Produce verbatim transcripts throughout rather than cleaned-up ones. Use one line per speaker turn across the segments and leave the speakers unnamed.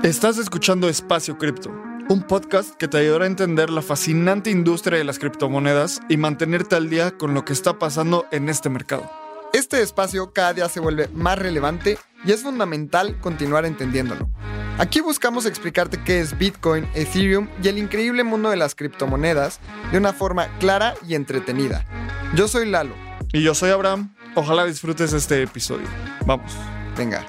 Estás escuchando Espacio Cripto, un podcast que te ayudará a entender la fascinante industria de las criptomonedas y mantenerte al día con lo que está pasando en este mercado.
Este espacio cada día se vuelve más relevante y es fundamental continuar entendiéndolo. Aquí buscamos explicarte qué es Bitcoin, Ethereum y el increíble mundo de las criptomonedas de una forma clara y entretenida. Yo soy Lalo.
Y yo soy Abraham. Ojalá disfrutes este episodio. Vamos.
Venga.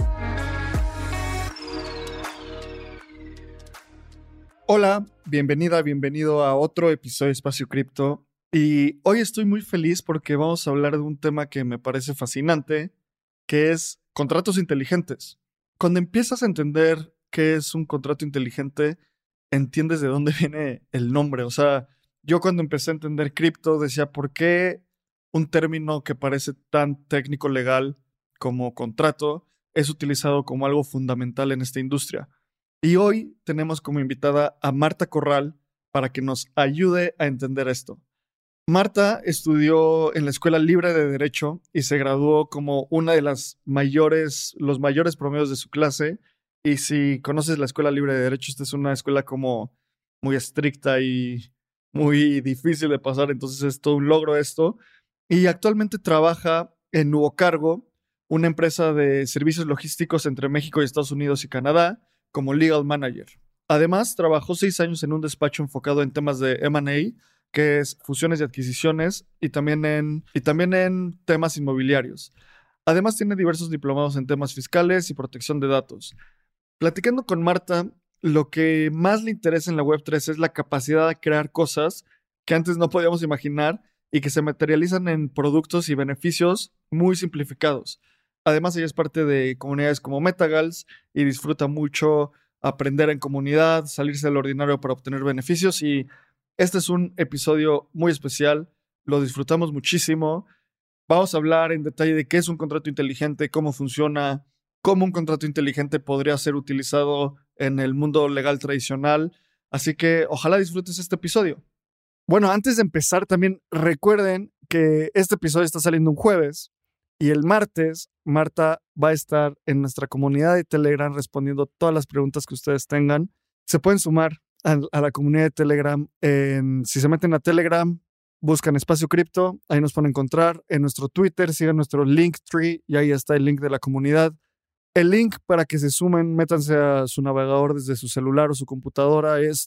Hola, bienvenida, bienvenido a otro episodio de Espacio Cripto. Y hoy estoy muy feliz porque vamos a hablar de un tema que me parece fascinante, que es contratos inteligentes. Cuando empiezas a entender qué es un contrato inteligente, entiendes de dónde viene el nombre. O sea, yo cuando empecé a entender cripto decía, ¿por qué un término que parece tan técnico legal como contrato es utilizado como algo fundamental en esta industria? Y hoy tenemos como invitada a Marta Corral para que nos ayude a entender esto. Marta estudió en la Escuela Libre de Derecho y se graduó como una de las mayores, los mayores promedios de su clase. Y si conoces la Escuela Libre de Derecho, esta es una escuela como muy estricta y muy difícil de pasar, entonces es todo un logro esto. Y actualmente trabaja en Nuevo Cargo, una empresa de servicios logísticos entre México y Estados Unidos y Canadá, como Legal Manager. Además, trabajó seis años en un despacho enfocado en temas de eme and a, que es fusiones y adquisiciones, y también en, y también en temas inmobiliarios. Además, tiene diversos diplomados en temas fiscales y protección de datos. Platicando con Marta, lo que más le interesa en la web tres es la capacidad de crear cosas que antes no podíamos imaginar y que se materializan en productos y beneficios muy simplificados. Además, ella es parte de comunidades como Metagals y disfruta mucho aprender en comunidad, salirse del ordinario para obtener beneficios. Y este es un episodio muy especial, lo disfrutamos muchísimo. Vamos a hablar en detalle de qué es un contrato inteligente, cómo funciona, cómo un contrato inteligente podría ser utilizado en el mundo legal tradicional. Así que ojalá disfrutes este episodio. Bueno, antes de empezar, también recuerden que este episodio está saliendo un jueves. Y el martes, Marta va a estar en nuestra comunidad de Telegram respondiendo todas las preguntas que ustedes tengan. Se pueden sumar a, a la comunidad de Telegram. En, si se meten a Telegram, buscan Espacio Cripto, ahí nos pueden encontrar. En nuestro Twitter, sigan nuestro Linktree y ahí está el link de la comunidad. El link para que se sumen, métanse a su navegador desde su celular o su computadora, es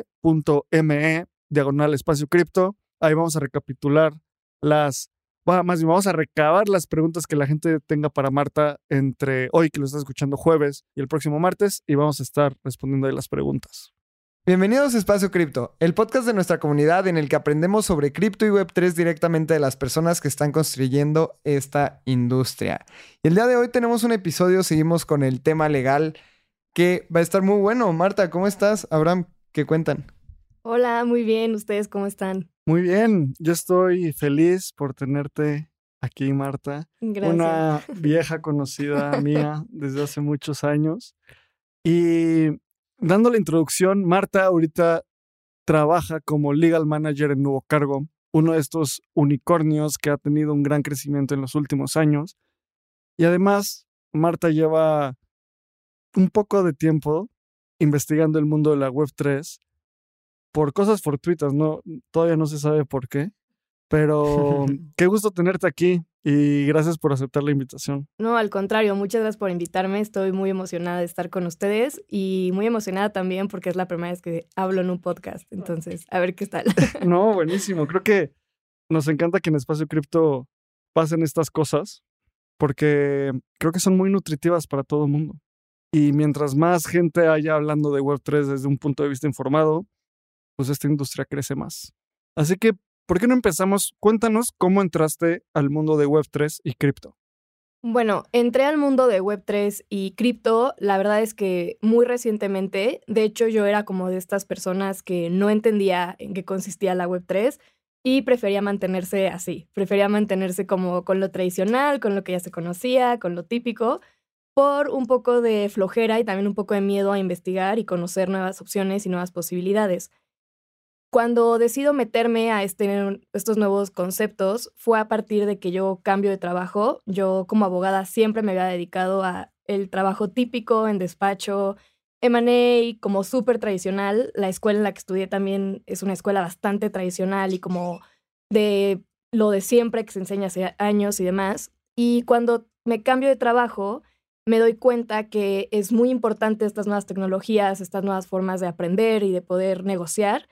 t.me diagonal Espacio Cripto. Ahí vamos a recapitular las Más bien, vamos a recabar las preguntas que la gente tenga para Marta entre hoy, que lo está escuchando jueves, y el próximo martes, y vamos a estar respondiendo ahí las preguntas.
Bienvenidos a Espacio Cripto, el podcast de nuestra comunidad en el que aprendemos sobre cripto y web tres directamente de las personas que están construyendo esta industria. Y el día de hoy tenemos un episodio, seguimos con el tema legal, que va a estar muy bueno. Marta, ¿cómo estás? Abraham, ¿qué cuentan?
Hola, muy bien. ¿Ustedes cómo están?
Muy bien, yo estoy feliz por tenerte aquí, Marta.
Gracias.
Una vieja conocida mía desde hace muchos años. Y dando la introducción, Marta ahorita trabaja como Legal Manager en Nuevo Cargo, uno de estos unicornios que ha tenido un gran crecimiento en los últimos años. Y además, Marta lleva un poco de tiempo investigando el mundo de la web tres por cosas fortuitas, no, todavía no se sabe por qué, pero qué gusto tenerte aquí y gracias por aceptar la invitación.
No, al contrario, muchas gracias por invitarme. Estoy muy emocionada de estar con ustedes y muy emocionada también porque es la primera vez que hablo en un podcast. Entonces, a ver qué tal.
No, buenísimo. Creo que nos encanta que en Espacio Cripto pasen estas cosas porque creo que son muy nutritivas para todo el mundo. Y mientras más gente haya hablando de web tres desde un punto de vista informado, pues esta industria crece más. Así que, ¿por qué no empezamos? Cuéntanos cómo entraste al mundo de web tres y cripto.
Bueno, entré al mundo de web tres y cripto, la verdad es que muy recientemente. De hecho, yo era como de estas personas que no entendía en qué consistía la web tres y prefería mantenerse así. Prefería mantenerse como con lo tradicional, con lo que ya se conocía, con lo típico, por un poco de flojera y también un poco de miedo a investigar y conocer nuevas opciones y nuevas posibilidades. Cuando decido meterme a este, estos nuevos conceptos fue a partir de que yo cambio de trabajo. Yo como abogada siempre me había dedicado a el trabajo típico en despacho, M and A como súper tradicional. La escuela en la que estudié también es una escuela bastante tradicional y como de lo de siempre que se enseña hace años y demás. Y cuando me cambio de trabajo, me doy cuenta que es muy importante estas nuevas tecnologías, estas nuevas formas de aprender y de poder negociar.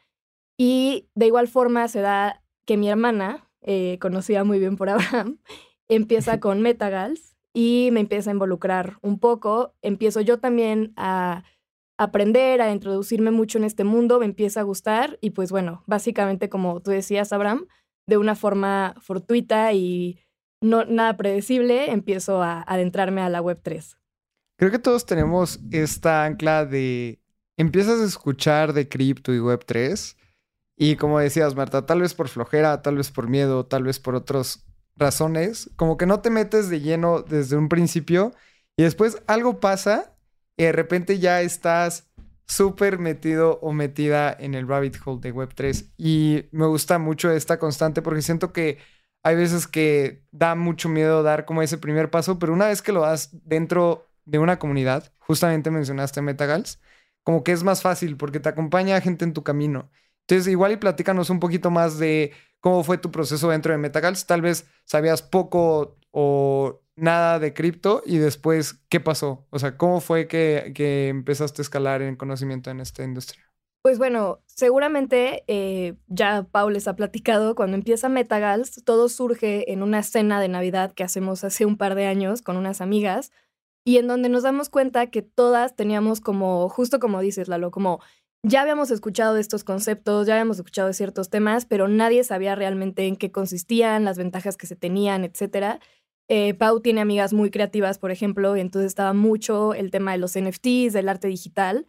Y de igual forma se da que mi hermana, eh, conocida muy bien por Abraham, empieza con Metagals y me empieza a involucrar un poco. Empiezo yo también a aprender, a introducirme mucho en este mundo, me empieza a gustar y pues bueno, básicamente como tú decías, Abraham, de una forma fortuita y no nada predecible, empiezo a adentrarme a la web tres.
Creo que todos tenemos esta ancla de empiezas a escuchar de cripto y web tres y como decías, Marta, tal vez por flojera, tal vez por miedo, tal vez por otras razones, como que no te metes de lleno desde un principio y después algo pasa y de repente ya estás súper metido o metida en el rabbit hole de web tres y me gusta mucho esta constante porque siento que hay veces que da mucho miedo dar como ese primer paso, pero una vez que lo das dentro de una comunidad, justamente mencionaste Metagals, como que es más fácil porque te acompaña gente en tu camino. Entonces, igual y platícanos un poquito más de cómo fue tu proceso dentro de Metagals. Tal vez sabías poco o nada de cripto y después, ¿qué pasó? O sea, ¿cómo fue que, que empezaste a escalar en conocimiento en esta industria?
Pues bueno, seguramente eh, ya Pau les ha platicado, cuando empieza Metagals, todo surge en una cena de Navidad que hacemos hace un par de años con unas amigas y en donde nos damos cuenta que todas teníamos como, justo como dices, Lalo, como ya habíamos escuchado de estos conceptos, ya habíamos escuchado de ciertos temas, pero nadie sabía realmente en qué consistían, las ventajas que se tenían, etcétera. Eh, Pau tiene amigas muy creativas, por ejemplo, y entonces estaba mucho el tema de los N F Ts, del arte digital.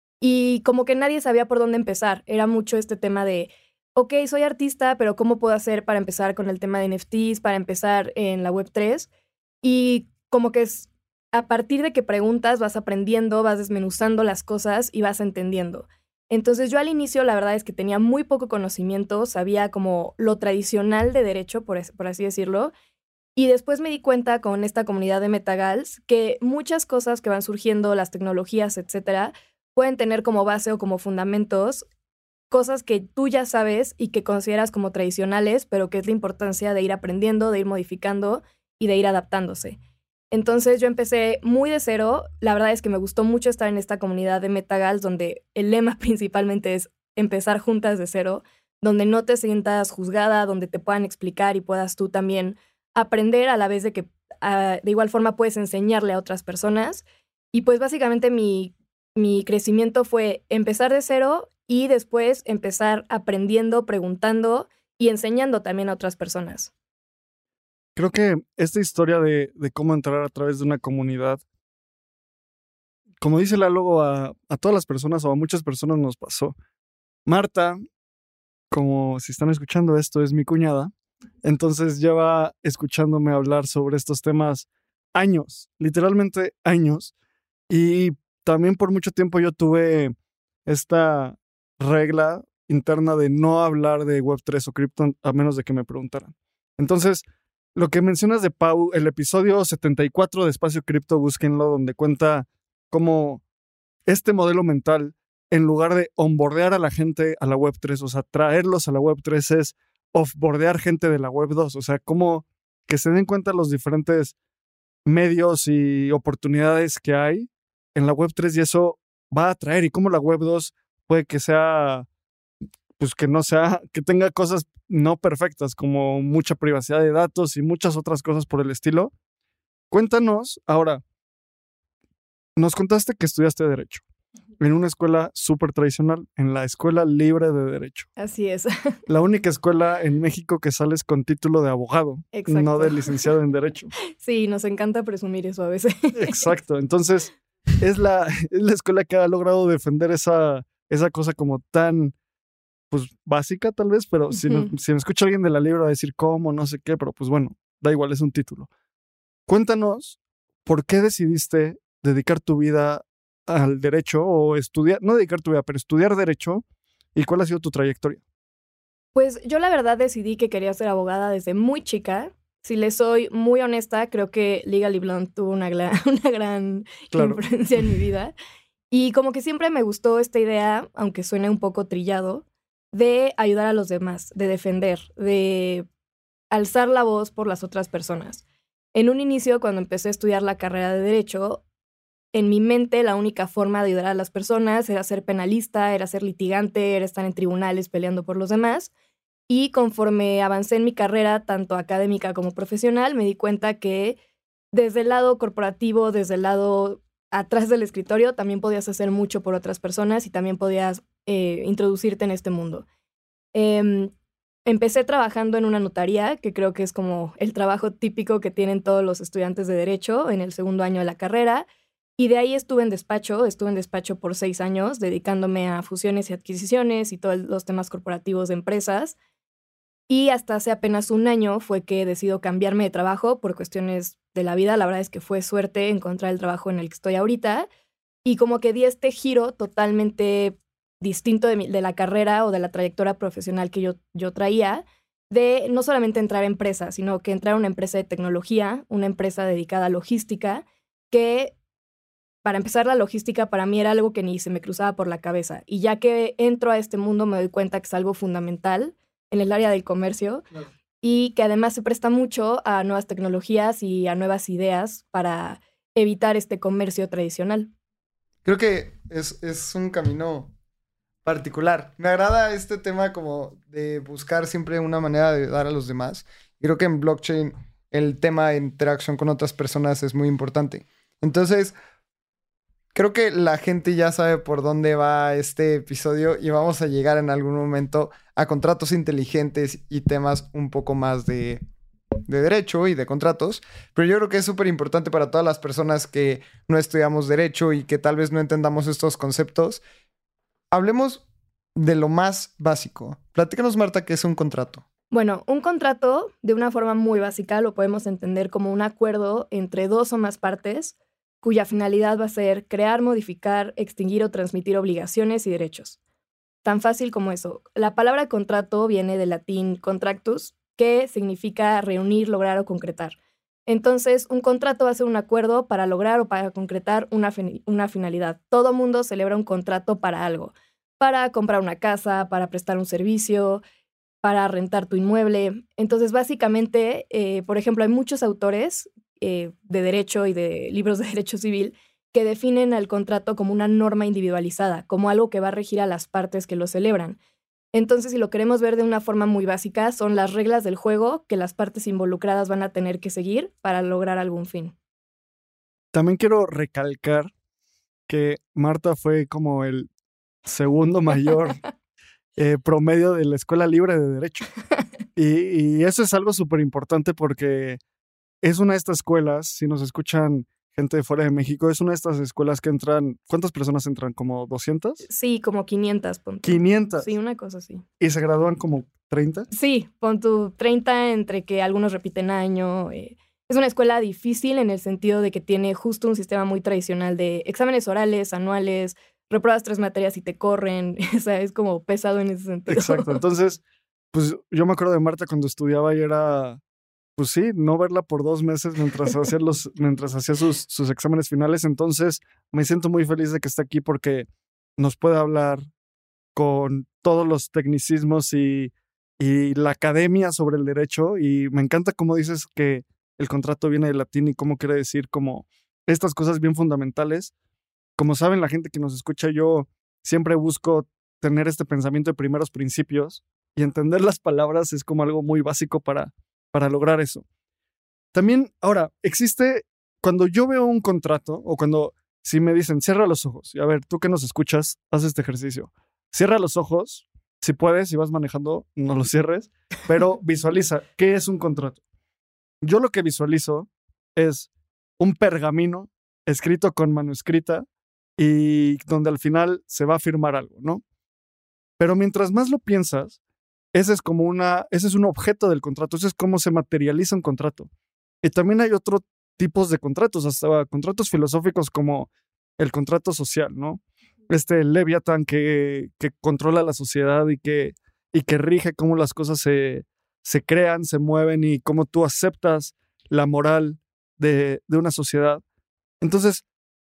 Y como que nadie sabía por dónde empezar. Era mucho este tema de, ok, soy artista, pero ¿cómo puedo hacer para empezar con el tema de N F Ts, para empezar en la web tres? Y como que es, a partir de que preguntas, vas aprendiendo, vas desmenuzando las cosas y vas entendiendo. Entonces yo al inicio la verdad es que tenía muy poco conocimiento, sabía como lo tradicional de derecho, por, es, por así decirlo. Y después me di cuenta con esta comunidad de Metagals que muchas cosas que van surgiendo, las tecnologías, etcétera, pueden tener como base o como fundamentos cosas que tú ya sabes y que consideras como tradicionales, pero que es la importancia de ir aprendiendo, de ir modificando y de ir adaptándose. Entonces yo empecé muy de cero. La verdad es que me gustó mucho estar en esta comunidad de Metagals, donde el lema principalmente es empezar juntas de cero, donde no te sientas juzgada, donde te puedan explicar y puedas tú también aprender a la vez de que uh, de igual forma puedes enseñarle a otras personas. Y pues básicamente mi Mi crecimiento fue empezar de cero y después empezar aprendiendo, preguntando y enseñando también a otras personas.
Creo que esta historia de, de cómo entrar a través de una comunidad, como dice Lalo, a, a todas las personas o a muchas personas nos pasó. Marta, como si están escuchando esto, es mi cuñada. Entonces lleva escuchándome hablar sobre estos temas años, literalmente años. Y también por mucho tiempo yo tuve esta regla interna de no hablar de web tres o cripto a menos de que me preguntaran. Entonces, lo que mencionas de Pau, el episodio setenta y cuatro de Espacio Cripto, búsquenlo, donde cuenta cómo este modelo mental, en lugar de onboardear a la gente a la web tres, o sea, traerlos a la web tres, es offboardear gente de la web dos. O sea, cómo que se den cuenta los diferentes medios y oportunidades que hay en la web tres y eso va a atraer, y cómo la web dos puede que sea, pues que no sea, que tenga cosas no perfectas como mucha privacidad de datos y muchas otras cosas por el estilo. Cuéntanos, ahora, nos contaste que estudiaste Derecho en una escuela súper tradicional, en la Escuela Libre de Derecho.
Así es.
La única escuela en México que sales con título de abogado,
Exacto.
No de licenciado en Derecho.
Sí, nos encanta presumir eso a veces.
Exacto, entonces es la, es la escuela que ha logrado defender esa, esa cosa como tan, pues, básica tal vez, pero si,
Uh-huh.
no, si me escucha alguien de la Libre va a decir cómo, no sé qué, pero pues bueno, da igual, es un título. Cuéntanos, ¿por qué decidiste dedicar tu vida al derecho o estudiar, no dedicar tu vida, pero estudiar derecho, y cuál ha sido tu trayectoria?
Pues yo la verdad decidí que quería ser abogada desde muy chica. Si les soy muy honesta, creo que Legally Blonde tuvo una, gla- una gran
Claro.
influencia en mi vida. Y como que siempre me gustó esta idea, aunque suene un poco trillado, de ayudar a los demás, de defender, de alzar la voz por las otras personas. En un inicio, cuando empecé a estudiar la carrera de Derecho, en mi mente la única forma de ayudar a las personas era ser penalista, era ser litigante, era estar en tribunales peleando por los demás. Y conforme avancé en mi carrera, tanto académica como profesional, me di cuenta que desde el lado corporativo, desde el lado atrás del escritorio, también podías hacer mucho por otras personas y también podías eh, introducirte en este mundo. Eh, empecé trabajando en una notaría, que creo que es como el trabajo típico que tienen todos los estudiantes de Derecho en el segundo año de la carrera. Y de ahí estuve en despacho, estuve en despacho por seis años, dedicándome a fusiones y adquisiciones y todos los temas corporativos de empresas. Y hasta hace apenas un año fue que decido cambiarme de trabajo por cuestiones de la vida. La verdad es que fue suerte encontrar el trabajo en el que estoy ahorita. Y como que di este giro totalmente distinto de, mi, de la carrera o de la trayectoria profesional que yo, yo traía, de no solamente entrar a empresas, sino que entrar a una empresa de tecnología, una empresa dedicada a logística, que para empezar la logística para mí era algo que ni se me cruzaba por la cabeza. Y ya que entro a este mundo me doy cuenta que es algo fundamental en el área del comercio, claro, y que además se presta mucho a nuevas tecnologías y a nuevas ideas para evitar este comercio tradicional.
Creo que es, es un camino particular. Me agrada este tema como de buscar siempre una manera de ayudar a los demás. Creo que en blockchain el tema de interacción con otras personas es muy importante. Entonces, creo que la gente ya sabe por dónde va este episodio y vamos a llegar en algún momento a contratos inteligentes y temas un poco más de, de derecho y de contratos. Pero yo creo que es súper importante para todas las personas que no estudiamos derecho y que tal vez no entendamos estos conceptos. Hablemos de lo más básico. Platícanos, Marta, ¿qué es un contrato?
Bueno, un contrato, de una forma muy básica, lo podemos entender como un acuerdo entre dos o más partes cuya finalidad va a ser crear, modificar, extinguir o transmitir obligaciones y derechos. Tan fácil como eso. La palabra contrato viene del latín contractus, que significa reunir, lograr o concretar. Entonces, un contrato va a ser un acuerdo para lograr o para concretar una, una finalidad. Todo mundo celebra un contrato para algo. Para comprar una casa, para prestar un servicio, para rentar tu inmueble. Entonces, básicamente, eh, por ejemplo, hay muchos autores eh, de derecho y de libros de derecho civil que definen al contrato como una norma individualizada, como algo que va a regir a las partes que lo celebran. Entonces, si lo queremos ver de una forma muy básica, son las reglas del juego que las partes involucradas van a tener que seguir para lograr algún fin.
También quiero recalcar que Marta fue como el segundo mayor eh, promedio de la Escuela Libre de Derecho. Y, y eso es algo súper importante porque es una de estas escuelas, si nos escuchan gente de fuera de México, es una de estas escuelas que entran, ¿cuántas personas entran? ¿Como doscientas?
Sí, como quinientas, pon tú.
¿quinientas?
Sí, una cosa así.
¿Y se gradúan como treinta?
Sí, pon tú treinta, entre que algunos repiten año. Eh, es una escuela difícil en el sentido de que tiene justo un sistema muy tradicional de exámenes orales, anuales, repruebas tres materias y te corren. O sea, es como pesado en ese sentido.
Exacto. Entonces, pues yo me acuerdo de Marta cuando estudiaba y era... Pues sí, no verla por dos meses mientras hacía, los, mientras hacía sus, sus exámenes finales. Entonces, me siento muy feliz de que esté aquí porque nos puede hablar con todos los tecnicismos y, y la academia sobre el derecho. Y me encanta cómo dices que el contrato viene del latín y cómo quiere decir como estas cosas bien fundamentales. Como saben, la gente que nos escucha, yo siempre busco tener este pensamiento de primeros principios y entender las palabras es como algo muy básico para... para lograr eso. También, ahora, existe, cuando yo veo un contrato o cuando, si me dicen, cierra los ojos, y a ver, tú que nos escuchas, haz este ejercicio. Cierra los ojos, si puedes, si vas manejando, no los cierres, pero visualiza, ¿qué es un contrato? Yo lo que visualizo es un pergamino escrito con manuscrita y donde al final se va a firmar algo, ¿no? Pero mientras más lo piensas, Ese es como una, ese es un objeto del contrato, ese es cómo se materializa un contrato. Y también hay otros tipos de contratos, hasta contratos filosóficos como el contrato social, ¿no? Este Leviatán que, que controla la sociedad y que, y que rige cómo las cosas se, se crean, se mueven y cómo tú aceptas la moral de, de una sociedad. Entonces,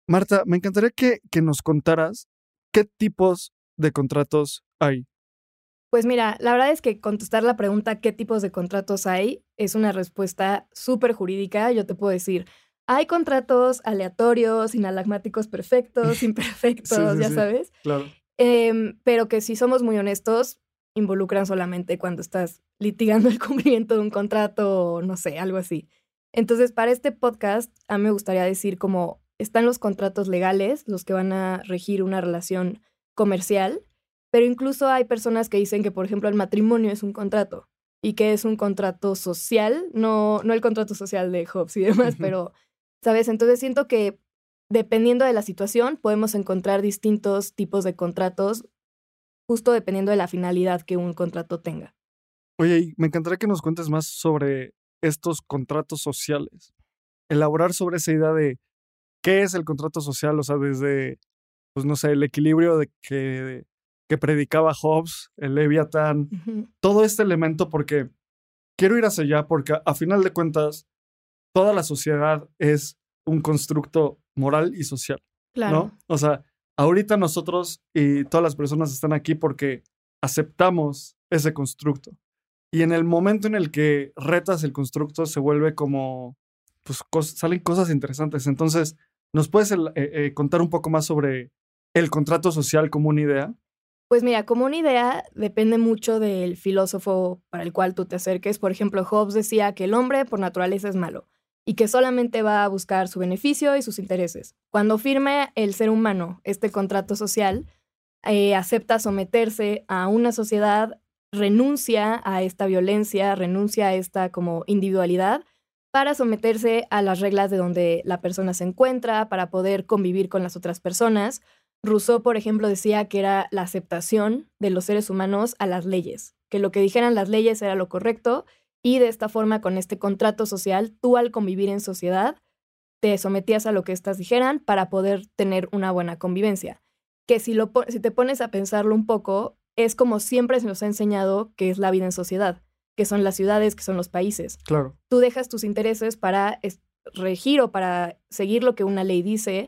Marta, me encantaría que, que nos contaras qué tipos de contratos hay.
Pues mira, la verdad es que contestar la pregunta qué tipos de contratos hay es una respuesta súper jurídica. Yo te puedo decir, hay contratos aleatorios, inalagmáticos perfectos, imperfectos,
Sí, sí,
ya
sí,
sabes.
claro.
Em, pero que si somos muy honestos, involucran solamente cuando estás litigando el cumplimiento de un contrato o no sé, algo así. Entonces, para este podcast, a mí me gustaría decir como están los contratos legales, los que van a regir una relación comercial, pero incluso hay personas que dicen que, por ejemplo, el matrimonio es un contrato y que es un contrato social, no, no el contrato social de Hobbes y demás, pero, ¿sabes? Entonces siento que dependiendo de la situación, podemos encontrar distintos tipos de contratos, justo dependiendo de la finalidad que un contrato tenga.
Oye, y me encantaría que nos cuentes más sobre estos contratos sociales. Elaborar sobre esa idea de qué es el contrato social, o sea, desde, pues no sé, el equilibrio de que, que predicaba Hobbes, el Leviatán,
Ujú.
todo este elemento, porque quiero ir hacia allá, porque a, a final de cuentas, toda la sociedad es un constructo moral y social,
Claro.
¿no? O sea, ahorita nosotros y todas las personas están aquí porque aceptamos ese constructo. Y en el momento en el que retas el constructo se vuelve como, pues cos- salen cosas interesantes. Entonces, ¿nos puedes el- eh, eh, contar un poco más sobre el contrato social como una idea?
Pues mira, como una idea depende mucho del filósofo para el cual tú te acerques. Por ejemplo, Hobbes decía que el hombre por naturaleza es malo y que solamente va a buscar su beneficio y sus intereses. Cuando firme el ser humano este contrato social, eh, acepta someterse a una sociedad, renuncia a esta violencia, renuncia a esta como individualidad para someterse a las reglas de donde la persona se encuentra, para poder convivir con las otras personas. Rousseau, por ejemplo, decía que era la aceptación de los seres humanos a las leyes, que lo que dijeran las leyes era lo correcto y de esta forma, con este contrato social, tú al convivir en sociedad, te sometías a lo que éstas dijeran para poder tener una buena convivencia. Que si, lo, si te pones a pensarlo un poco, es como siempre se nos ha enseñado que es la vida en sociedad, que son las ciudades, que son los países.
Claro.
Tú dejas tus intereses para regir o para seguir lo que una ley dice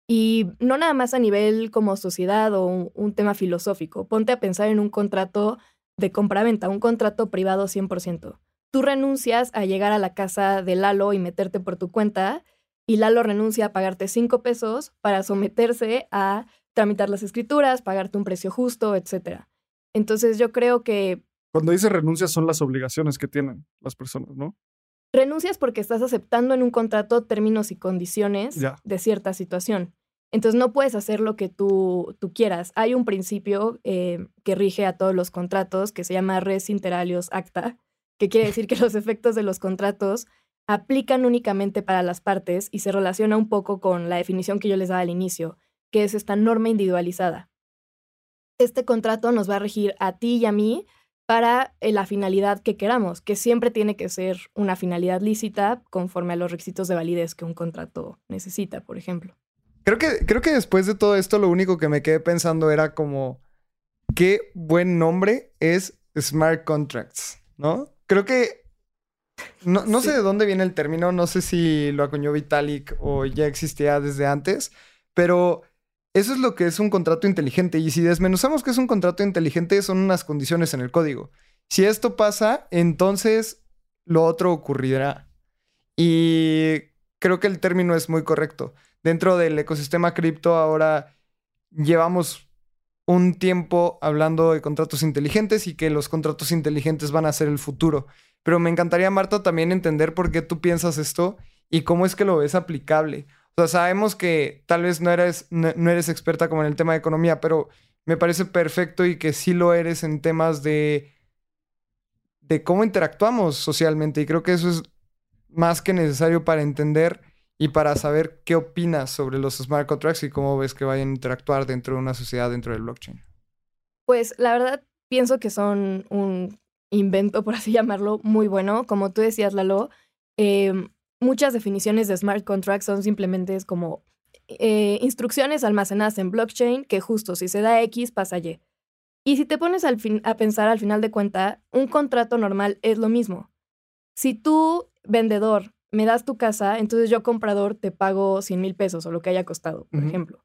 y no nada más a nivel como sociedad o un, un tema filosófico. Ponte a pensar en un contrato de compraventa, un contrato privado cien por ciento. Tú renuncias a llegar a la casa de Lalo y meterte por tu cuenta y Lalo renuncia a pagarte cinco pesos para someterse a tramitar las escrituras, pagarte un precio justo, etcétera. Entonces yo creo que
Cuando dice renuncia son las obligaciones que tienen las personas, ¿no?
renuncias porque estás aceptando en un contrato términos y condiciones
Ya.
de cierta situación. Entonces no puedes hacer lo que tú, tú quieras. Hay un principio eh, que rige a todos los contratos que se llama res inter alios acta, que quiere decir que los efectos de los contratos aplican únicamente para las partes y se relaciona un poco con la definición que yo les daba al inicio, que es esta norma individualizada. Este contrato nos va a regir a ti y a mí para eh, la finalidad que queramos, que siempre tiene que ser una finalidad lícita conforme a los requisitos de validez que un contrato necesita, por ejemplo.
Creo que, creo que después de todo esto, lo único que me quedé pensando era como qué buen nombre es Smart Contracts, ¿no? Creo que no, no
Sí.
sé de dónde viene el término, no sé si lo acuñó Vitalik o ya existía desde antes, pero eso es lo que es un contrato inteligente. Y si desmenuzamos qué es un contrato inteligente, son unas condiciones en el código. Si esto pasa, entonces lo otro ocurrirá. Y creo que el término es muy correcto. Dentro del ecosistema cripto ahora llevamos un tiempo hablando de contratos inteligentes y que los contratos inteligentes van a ser el futuro. Pero me encantaría, Marta, también entender por qué tú piensas esto y cómo es que lo ves aplicable. O sea, sabemos que tal vez no eres, no, no eres experta como en el tema de economía, pero me parece perfecto y que sí lo eres en temas de, de cómo interactuamos socialmente. Y creo que eso es más que necesario para entender y para saber qué opinas sobre los smart contracts y cómo ves que vayan a interactuar dentro de una sociedad, dentro del blockchain.
Pues la verdad pienso que son un invento, por así llamarlo, muy bueno. Como tú decías, Lalo, eh, muchas definiciones de smart contracts son simplemente es como eh, instrucciones almacenadas en blockchain que justo si se da X pasa Y. Y si te pones al fin, a pensar al final de cuenta, un contrato normal es lo mismo. Si tú, vendedor, me das tu casa, entonces yo comprador te pago cien mil pesos o lo que haya costado, por
Ujú.
ejemplo.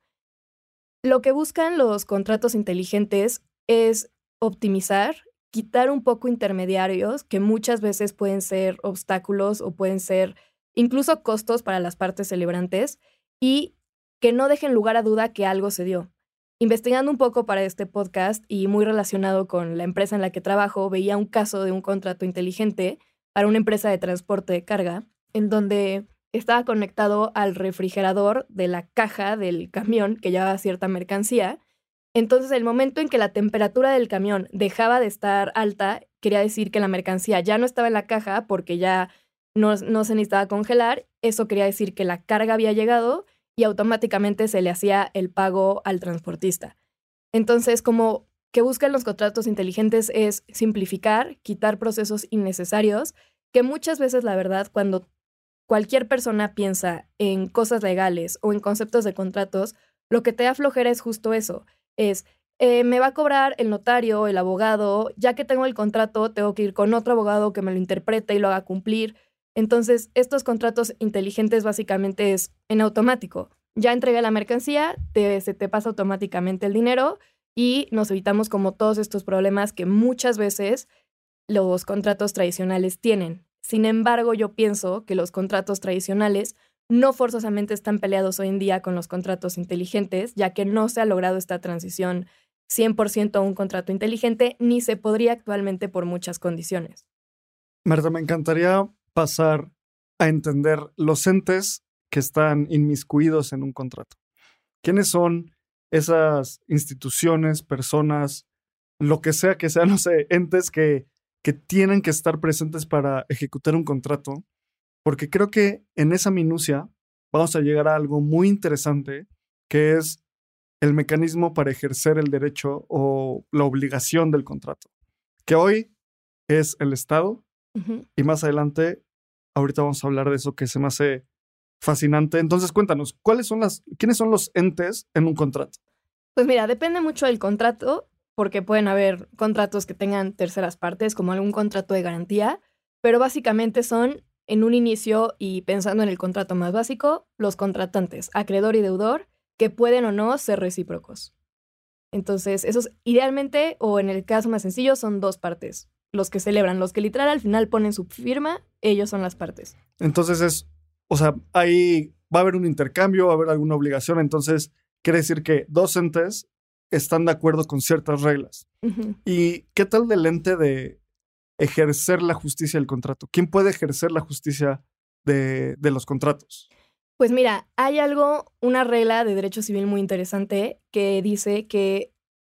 Lo que buscan los contratos inteligentes es optimizar, quitar un poco intermediarios que muchas veces pueden ser obstáculos o pueden ser incluso costos para las partes celebrantes y que no dejen lugar a duda que algo se dio. Investigando un poco para este podcast y muy relacionado con la empresa en la que trabajo, veía un caso de un contrato inteligente para una empresa de transporte de carga, en donde estaba conectado al refrigerador de la caja del camión que llevaba cierta mercancía. Entonces, el momento en que la temperatura del camión dejaba de estar alta, quería decir que la mercancía ya no estaba en la caja porque ya no, no se necesitaba congelar. Eso quería decir que la carga había llegado y automáticamente se le hacía el pago al transportista. Entonces, como que buscan los contratos inteligentes es simplificar, quitar procesos innecesarios, que muchas veces, la verdad, cuando cualquier persona piensa en cosas legales o en conceptos de contratos, lo que te da flojera es justo eso. Es, eh, me va a cobrar el notario, el abogado, ya que tengo el contrato, tengo que ir con otro abogado que me lo interprete y lo haga cumplir. Entonces, estos contratos inteligentes básicamente es en automático. Ya entregué la mercancía, te, se te pasa automáticamente el dinero y nos evitamos como todos estos problemas que muchas veces los contratos tradicionales tienen. Sin embargo, yo pienso que los contratos tradicionales no forzosamente están peleados hoy en día con los contratos inteligentes, ya que no se ha logrado esta transición cien por ciento a un contrato inteligente, ni se podría actualmente por muchas condiciones.
Marta, me encantaría pasar a entender los entes que están inmiscuidos en un contrato. ¿Quiénes son esas instituciones, personas, lo que sea que sean, no sé, entes que, que tienen que estar presentes para ejecutar un contrato? Porque creo que en esa minucia vamos a llegar a algo muy interesante, que es el mecanismo para ejercer el derecho o la obligación del contrato, que hoy es el Estado.
Uh-huh.
Y más adelante, ahorita vamos a hablar de eso que se me hace fascinante. Entonces, cuéntanos, ¿cuáles son las, quiénes son los entes en un contrato?
Pues mira, depende mucho del contrato, porque pueden haber contratos que tengan terceras partes, como algún contrato de garantía, pero básicamente son, en un inicio y pensando en el contrato más básico, los contratantes, acreedor y deudor, que pueden o no ser recíprocos. Entonces, esos idealmente, o en el caso más sencillo, son dos partes. Los que celebran, los que literal al final ponen su firma, ellos son las partes.
Entonces es, o sea, ahí va a haber un intercambio, va a haber alguna obligación, entonces quiere decir que dos entes están de acuerdo con ciertas reglas.
Uh-huh.
¿Y qué tal del ente de ejercer la justicia del contrato? ¿Quién puede ejercer la justicia de, de los contratos?
Pues mira, hay algo, una regla de derecho civil muy interesante que dice que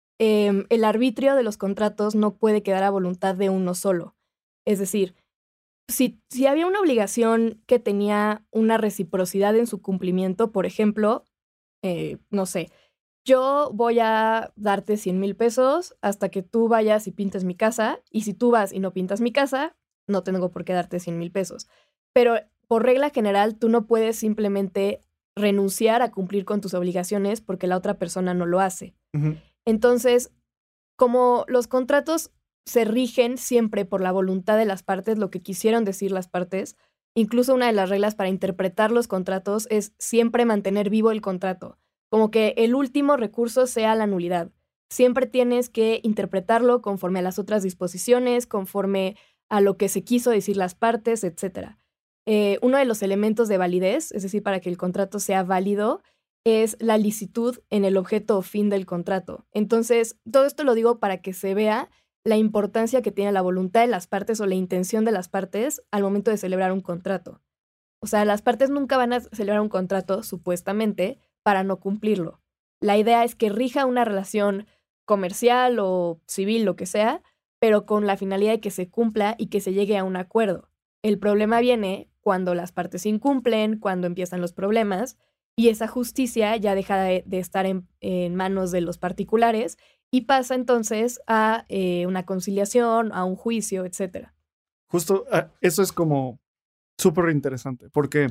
eh, el arbitrio de los contratos no puede quedar a voluntad de uno solo. Es decir, si, si había una obligación que tenía una reciprocidad en su cumplimiento, por ejemplo, eh, no sé, yo voy a darte cien mil pesos hasta que tú vayas y pintes mi casa, y si tú vas y no pintas mi casa, no tengo por qué darte cien mil pesos. Pero por regla general, tú no puedes simplemente renunciar a cumplir con tus obligaciones porque la otra persona no lo hace.
Uh-huh.
Entonces, como los contratos se rigen siempre por la voluntad de las partes, lo que quisieron decir las partes, incluso una de las reglas para interpretar los contratos es siempre mantener vivo el contrato, como que el último recurso sea la nulidad. Siempre tienes que interpretarlo conforme a las otras disposiciones, conforme a lo que se quiso decir las partes, etcétera. Eh, uno de los elementos de validez, es decir, para que el contrato sea válido, es la licitud en el objeto o fin del contrato. Entonces, todo esto lo digo para que se vea la importancia que tiene la voluntad de las partes o la intención de las partes al momento de celebrar un contrato. O sea, las partes nunca van a celebrar un contrato, supuestamente, para no cumplirlo. La idea es que rija una relación comercial o civil, lo que sea, pero con la finalidad de que se cumpla y que se llegue a un acuerdo. El problema viene cuando las partes incumplen, cuando empiezan los problemas, y esa justicia ya deja de, de estar en, en manos de los particulares y pasa entonces a eh, una conciliación, a un juicio, etcétera.
Justo uh, eso es como súper interesante, porque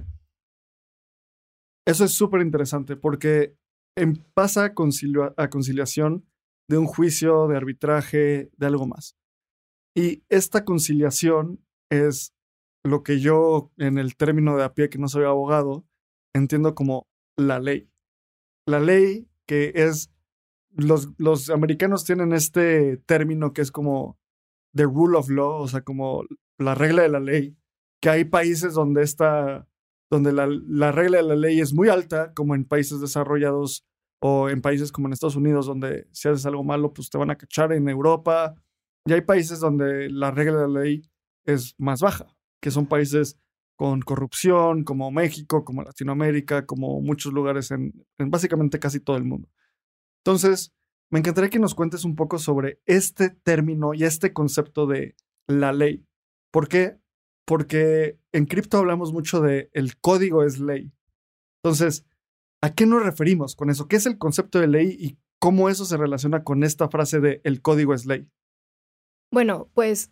eso es súper interesante, porque en, pasa a, concilio, a conciliación de un juicio, de arbitraje, de algo más. Y esta conciliación es lo que yo, en el término de a pie que no soy abogado, entiendo como la ley. La ley que es, los, los americanos tienen este término que es como the rule of law, o sea, como la regla de la ley, que hay países donde esta, donde la, la regla de la ley es muy alta, como en países desarrollados o en países como en Estados Unidos, donde si haces algo malo, pues te van a cachar. En Europa, y hay países donde la regla de la ley es más baja, que son países con corrupción, como México, como Latinoamérica, como muchos lugares en, en básicamente casi todo el mundo. Entonces, me encantaría que nos cuentes un poco sobre este término y este concepto de la ley. ¿Por qué? Porque en cripto hablamos mucho de el código es ley. Entonces, ¿a qué nos referimos con eso? ¿Qué es el concepto de ley y cómo eso se relaciona con esta frase de el código es ley?
Bueno, pues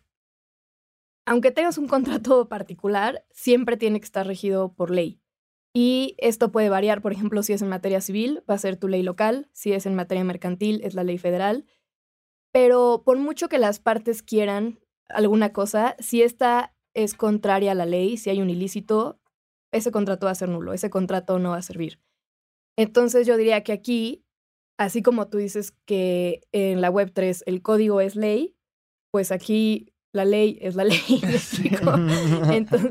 aunque tengas un contrato particular, siempre tiene que estar regido por ley. Y esto puede variar, por ejemplo, si es en materia civil, va a ser tu ley local, si es en materia mercantil, es la ley federal. Pero por mucho que las partes quieran alguna cosa, si esta es contraria a la ley, si hay un ilícito, ese contrato va a ser nulo, ese contrato no va a servir. Entonces yo diría que aquí, así como tú dices que en la web tres el código es ley, pues aquí la ley es la ley. entonces,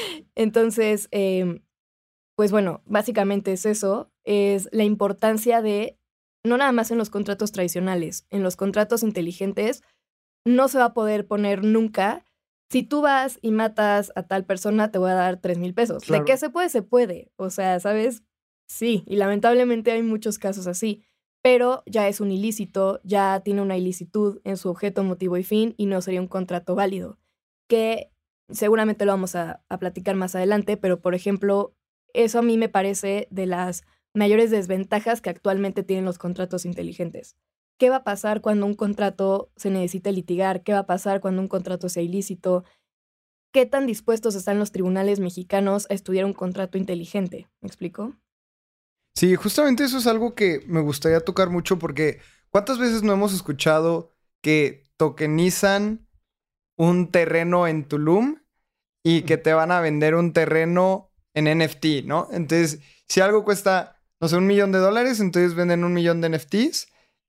entonces eh, pues bueno, básicamente es eso, es la importancia de, no nada más en los contratos tradicionales, en los contratos inteligentes, no se va a poder poner nunca, si tú vas y matas a tal persona, te voy a dar tres mil pesos.
Claro.
¿De qué se puede? Se puede. O sea, ¿sabes? Sí, y lamentablemente hay muchos casos así, pero ya es un ilícito, ya tiene una ilicitud en su objeto, motivo y fin, y no sería un contrato válido, que seguramente lo vamos a, a platicar más adelante, pero por ejemplo, eso a mí me parece de las mayores desventajas que actualmente tienen los contratos inteligentes. ¿Qué va a pasar cuando un contrato se necesite litigar? ¿Qué va a pasar cuando un contrato sea ilícito? ¿Qué tan dispuestos están los tribunales mexicanos a estudiar un contrato inteligente? ¿Me explico?
Sí, justamente eso es algo que me gustaría tocar mucho porque ¿cuántas veces no hemos escuchado que tokenizan un terreno en Tulum y que te van a vender un terreno en N F T, ¿no? Entonces, si algo cuesta, no sé, un millón de dólares, entonces venden un millón de N F Ts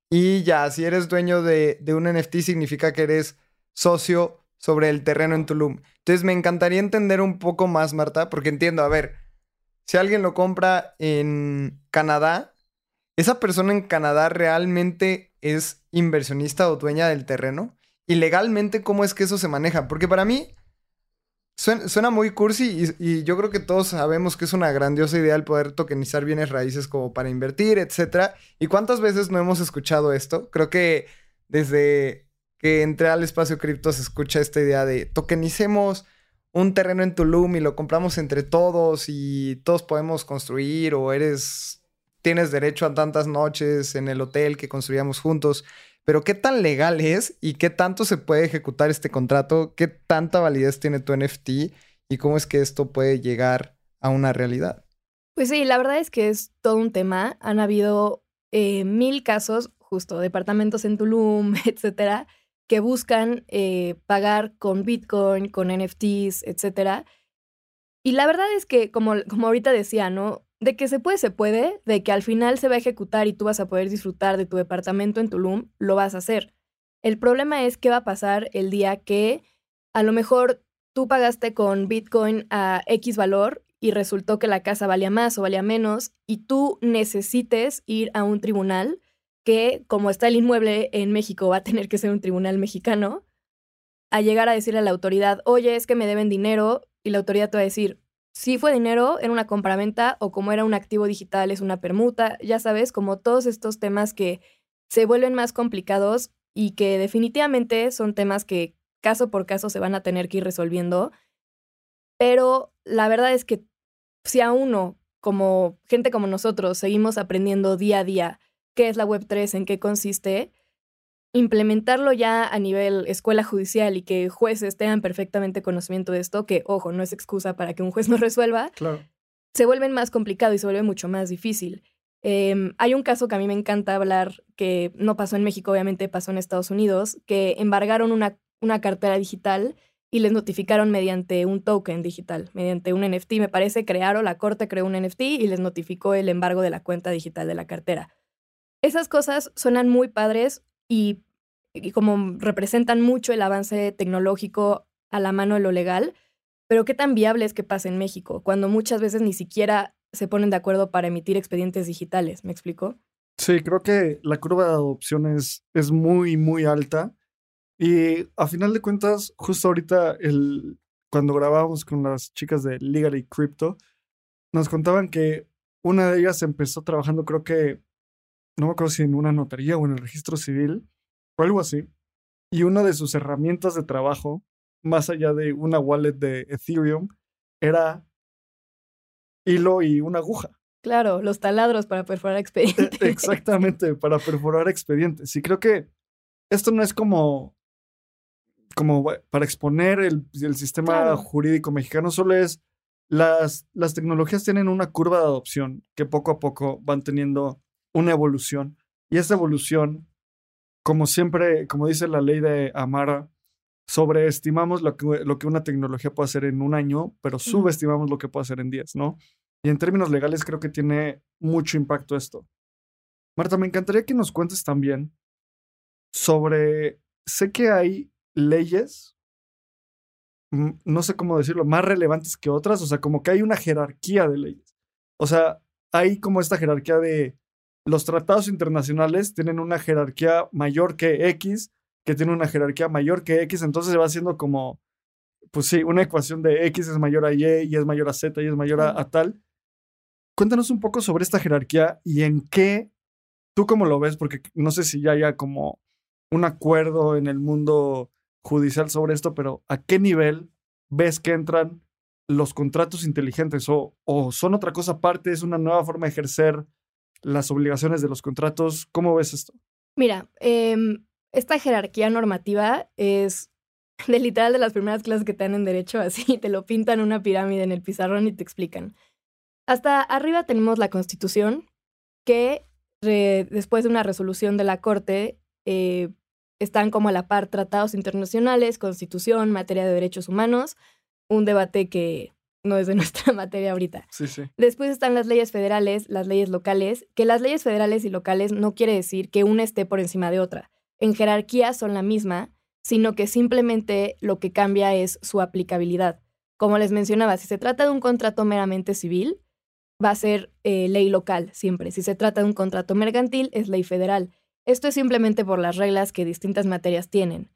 y ya, si eres dueño de, de un N F T significa que eres socio sobre el terreno en Tulum. Entonces, me encantaría entender un poco más, Marta, porque entiendo, a ver, si alguien lo compra en Canadá, ¿esa persona en Canadá realmente es inversionista o dueña del terreno? Y legalmente, ¿cómo es que eso se maneja? Porque para mí suena, suena muy cursi y, y yo creo que todos sabemos que es una grandiosa idea el poder tokenizar bienes raíces como para invertir, etcétera. ¿Y cuántas veces no hemos escuchado esto? Creo que desde que entré al espacio cripto se escucha esta idea de tokenicemos un terreno en Tulum y lo compramos entre todos y todos podemos construir o eres, tienes derecho a tantas noches en el hotel que construíamos juntos. Pero ¿qué tan legal es y qué tanto se puede ejecutar este contrato? ¿Qué tanta validez tiene tu N F T? ¿Y cómo es que esto puede llegar a una realidad?
Pues sí, la verdad es que es todo un tema. Han habido eh, mil casos, justo, departamentos en Tulum, etcétera, que buscan eh, pagar con Bitcoin, con N F Ts, etcétera. Y la verdad es que, como, como ahorita decía, ¿no? De que se puede, se puede, de que al final se va a ejecutar y tú vas a poder disfrutar de tu departamento en Tulum, lo vas a hacer. El problema es qué va a pasar el día que a lo mejor tú pagaste con Bitcoin a X valor y resultó que la casa valía más o valía menos y tú necesites ir a un tribunal que, como está el inmueble en México, va a tener que ser un tribunal mexicano, a llegar a decirle a la autoridad, oye, es que me deben dinero, y la autoridad te va a decir, sí fue dinero, era una compraventa, o como era un activo digital, es una permuta, ya sabes, como todos estos temas que se vuelven más complicados y que definitivamente son temas que caso por caso se van a tener que ir resolviendo, pero la verdad es que si a uno, como gente como nosotros, seguimos aprendiendo día a día qué es la web tres, en qué consiste, implementarlo ya a nivel escuela judicial y que jueces tengan perfectamente conocimiento de esto, que, ojo, no es excusa para que un juez no resuelva,
Claro.
se vuelve más complicado y se vuelve mucho más difícil. Eh, hay un caso que a mí me encanta hablar, que no pasó en México, obviamente pasó en Estados Unidos, que embargaron una, una cartera digital y les notificaron mediante un token digital, mediante un N F T. Me parece crearon, la corte creó un N F T y les notificó el embargo de la cuenta digital de la cartera. Esas cosas suenan muy padres y, y como representan mucho el avance tecnológico a la mano de lo legal, pero ¿qué tan viable es que pase en México? Cuando muchas veces ni siquiera se ponen de acuerdo para emitir expedientes digitales, ¿me explico?
Sí, creo que la curva de adopción es, es muy, muy alta. Y a final de cuentas, justo ahorita, el, cuando grabábamos con las chicas de Legally Crypto, nos contaban que una de ellas empezó trabajando, creo que, no me acuerdo si en una notaría o en el registro civil, o algo así. Y una de sus herramientas de trabajo, más allá de una wallet de Ethereum, era hilo y una aguja.
Claro, los taladros para perforar expedientes.
Exactamente, para perforar expedientes. Y creo que esto no es como, como para exponer el, el sistema
Claro.
jurídico mexicano, solo es las, las tecnologías tienen una curva de adopción que poco a poco van teniendo una evolución. Y esa evolución, como siempre, como dice la ley de Amara, sobreestimamos lo que, lo que una tecnología puede hacer en un año, pero subestimamos lo que puede hacer en diez, ¿no? Y en términos legales creo que tiene mucho impacto esto. Marta, me encantaría que nos cuentes también sobre, sé que hay leyes, mm, no sé cómo decirlo, más relevantes que otras, o sea, como que hay una jerarquía de leyes. O sea, hay como esta jerarquía de los tratados internacionales tienen una jerarquía mayor que X, que tiene una jerarquía mayor que X, entonces se va haciendo como, pues sí, una ecuación de X es mayor a Y, Y es mayor a Z, Y es mayor a, a tal. Cuéntanos un poco sobre esta jerarquía y en qué, tú cómo lo ves, porque no sé si ya haya como un acuerdo en el mundo judicial sobre esto, pero ¿a qué nivel ves que entran los contratos inteligentes? ¿O, o son otra cosa aparte? ¿Es una nueva forma de ejercer las obligaciones de los contratos? ¿Cómo ves esto?
Mira, eh, esta jerarquía normativa es de literal de las primeras clases que te dan en derecho, así te lo pintan una pirámide en el pizarrón y te explican. Hasta arriba tenemos la Constitución, que re, después de una resolución de la Corte eh, están como a la par tratados internacionales, Constitución, materia de derechos humanos, un debate que no es de nuestra materia ahorita.
Sí, sí.
Después están las leyes federales, las leyes locales, que las leyes federales y locales no quiere decir que una esté por encima de otra. En jerarquía son la misma, sino que simplemente lo que cambia es su aplicabilidad. Como les mencionaba, si se trata de un contrato meramente civil, va a ser eh, ley local siempre. Si se trata de un contrato mercantil, es ley federal. Esto es simplemente por las reglas que distintas materias tienen.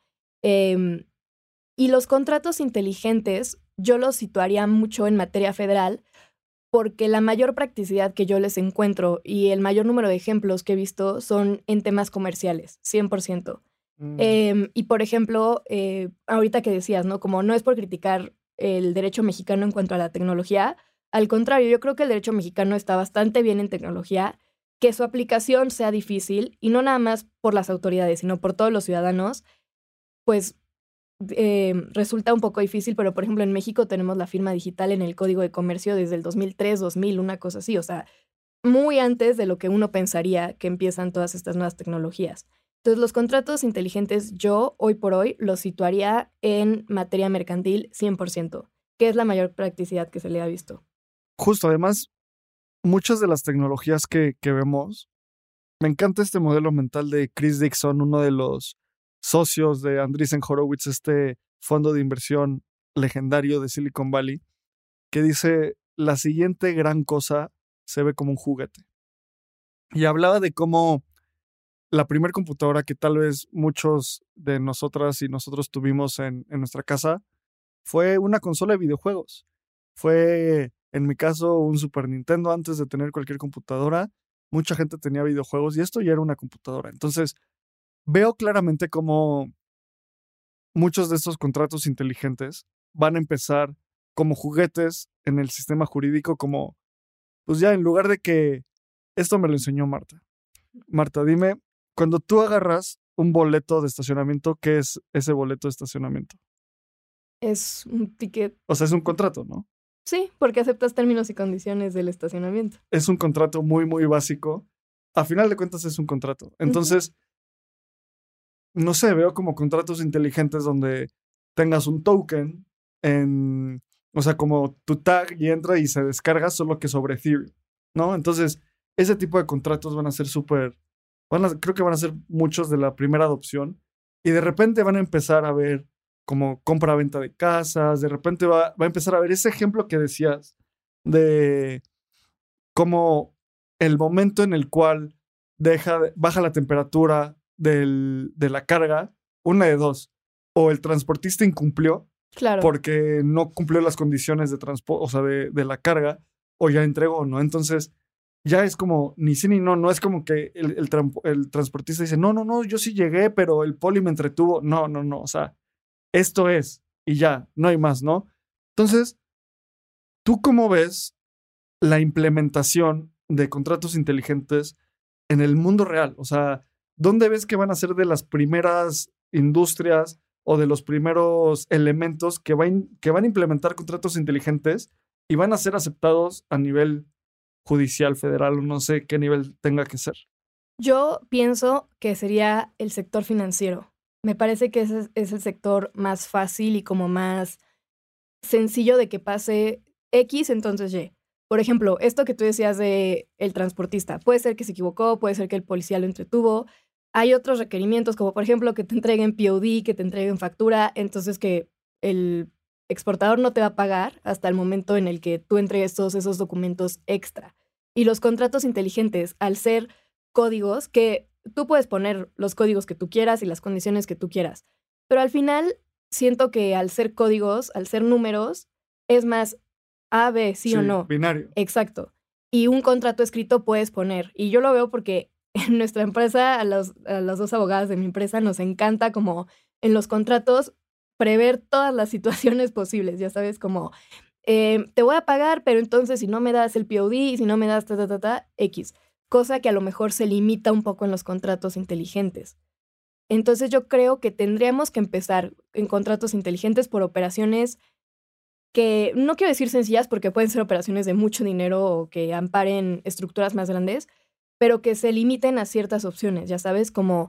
Eh, y los contratos inteligentes yo los situaría mucho en materia federal porque la mayor practicidad que yo les encuentro y el mayor número de ejemplos que he visto son en temas comerciales, cien por ciento. Mm. Eh, y por ejemplo, eh, ahorita que decías, ¿no? Como no es por criticar el derecho mexicano en cuanto a la tecnología, al contrario, yo creo que el derecho mexicano está bastante bien en tecnología, que su aplicación sea difícil, y no nada más por las autoridades, sino por todos los ciudadanos, pues eh, resulta un poco difícil, pero por ejemplo en México tenemos la firma digital en el Código de Comercio desde el dos mil tres, dos mil, una cosa así, o sea, muy antes de lo que uno pensaría que empiezan todas estas nuevas tecnologías. Entonces, los contratos inteligentes yo, hoy por hoy, los situaría en materia mercantil cien por ciento, que es la mayor practicidad que se le ha visto.
Justo, además, muchas de las tecnologías que, que vemos, me encanta este modelo mental de Chris Dixon, uno de los socios de Andreessen Horowitz, este fondo de inversión legendario de Silicon Valley, que dice, la siguiente gran cosa se ve como un juguete. Y hablaba de cómo la primera computadora que tal vez muchos de nosotras y nosotros tuvimos en, en nuestra casa fue una consola de videojuegos. Fue, en mi caso, un Super Nintendo antes de tener cualquier computadora. Mucha gente tenía videojuegos y esto ya era una computadora. Entonces, veo claramente cómo muchos de estos contratos inteligentes van a empezar como juguetes en el sistema jurídico, como, pues ya en lugar de que, esto me lo enseñó Marta. Marta, dime, cuando tú agarras un boleto de estacionamiento, ¿qué es ese boleto de estacionamiento?
Es un ticket.
O sea, es un contrato, ¿no?
Sí, porque aceptas términos y condiciones del estacionamiento.
Es un contrato muy, muy básico. A final de cuentas es un contrato. Entonces, uh-huh. no sé, veo como contratos inteligentes donde tengas un token en, o sea, como tu tag y entra y se descarga solo que sobre Ethereum, ¿no? Entonces, ese tipo de contratos van a ser súper, van a, creo que van a ser muchos de la primera adopción y de repente van a empezar a ver como compra-venta de casas, de repente va, va a empezar a ver ese ejemplo que decías de cómo el momento en el cual deja, baja la temperatura del, de la carga, una de dos, o el transportista incumplió
Claro.
porque no cumplió las condiciones de transporte, o sea, de, de la carga, o ya entregó, ¿no? Entonces, ya es como ni sí ni no, no es como que el, el, el transportista dice, no, no, no, yo sí llegué, pero el poli me entretuvo. No, no, no, o sea, esto es, y ya, no hay más, ¿no? Entonces, ¿tú cómo ves la implementación de contratos inteligentes en el mundo real? O sea, ¿dónde ves que van a ser de las primeras industrias o de los primeros elementos que, va in, que van a implementar contratos inteligentes y van a ser aceptados a nivel judicial, federal, o no sé qué nivel tenga que ser?
Yo pienso que sería el sector financiero. Me parece que ese es el sector más fácil y como más sencillo de que pase X, entonces Y. Por ejemplo, esto que tú decías de el transportista. Puede ser que se equivocó, puede ser que el policía lo entretuvo. Hay otros requerimientos, como por ejemplo que te entreguen P O D, que te entreguen factura, entonces que el exportador no te va a pagar hasta el momento en el que tú entregues todos esos documentos extra. Y los contratos inteligentes, al ser códigos, que tú puedes poner los códigos que tú quieras y las condiciones que tú quieras, pero al final siento que al ser códigos, al ser números, es más A, B, sí, sí o no.
Binario.
Exacto. Y un contrato escrito puedes poner. Y yo lo veo porque en nuestra empresa, a, los, a las dos abogadas de mi empresa, nos encanta como en los contratos prever todas las situaciones posibles. Ya sabes, como eh, te voy a pagar, pero entonces si no me das el P O D y si no me das ta, ta, ta, ta, X. Cosa que a lo mejor se limita un poco en los contratos inteligentes. Entonces yo creo que tendríamos que empezar en contratos inteligentes por operaciones que no quiero decir sencillas porque pueden ser operaciones de mucho dinero o que amparen estructuras más grandes, pero que se limiten a ciertas opciones, ya sabes, como